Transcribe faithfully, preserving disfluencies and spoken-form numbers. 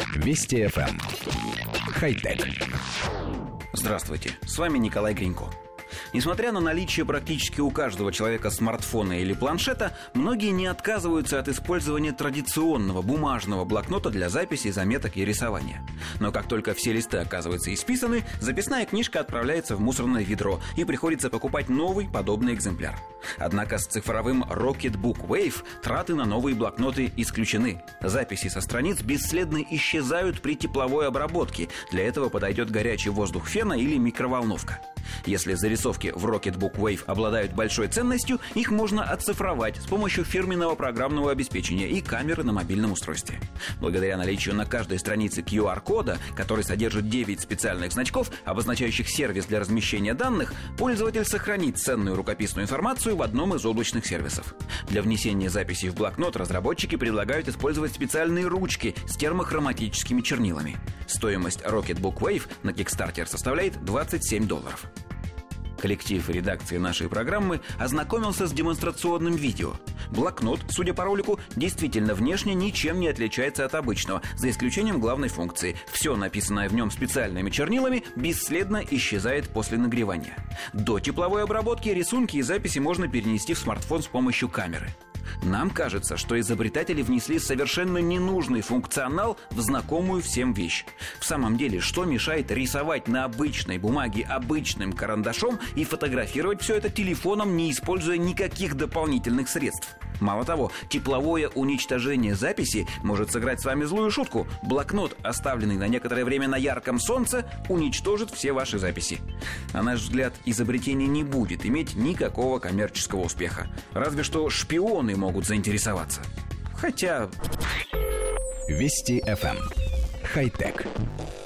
Вести эф эм. Хай-тек. Здравствуйте, с вами Николай Гринько. Несмотря на наличие практически у каждого человека смартфона или планшета, многие не отказываются от использования традиционного бумажного блокнота для записи, заметок и рисования. Но как только все листы оказываются исписаны, записная книжка отправляется в мусорное ведро, и приходится покупать новый подобный экземпляр. Однако с цифровым Rocketbook Wave траты на новые блокноты исключены. Записи со страниц бесследно исчезают при тепловой обработке. Для этого подойдет горячий воздух фена или микроволновка. Если зарисовки в Rocketbook Wave обладают большой ценностью, их можно оцифровать с помощью фирменного программного обеспечения и камеры на мобильном устройстве. Благодаря наличию на каждой странице ку ар-кода, который содержит девять специальных значков, обозначающих сервис для размещения данных, пользователь сохранит ценную рукописную информацию в одном из облачных сервисов. Для внесения записей в блокнот разработчики предлагают использовать специальные ручки с термохроматическими чернилами. Стоимость Rocketbook Wave на Kickstarter составляет двадцать семь долларов. Коллектив редакции нашей программы ознакомился с демонстрационным видео. Блокнот, судя по ролику, действительно внешне ничем не отличается от обычного, за исключением главной функции. Все, написанное в нем специальными чернилами, бесследно исчезает после нагревания. До тепловой обработки рисунки и записи можно перенести в смартфон с помощью камеры. Нам кажется, что изобретатели внесли совершенно ненужный функционал в знакомую всем вещь. В самом деле, что мешает рисовать на обычной бумаге обычным карандашом и фотографировать все это телефоном, не используя никаких дополнительных средств? Мало того, тепловое уничтожение записи может сыграть с вами злую шутку. Блокнот, оставленный на некоторое время на ярком солнце, уничтожит все ваши записи. На наш взгляд, изобретение не будет иметь никакого коммерческого успеха. Разве что шпионы могут заинтересоваться. Хотя... Вести эф эм. Хай-тек.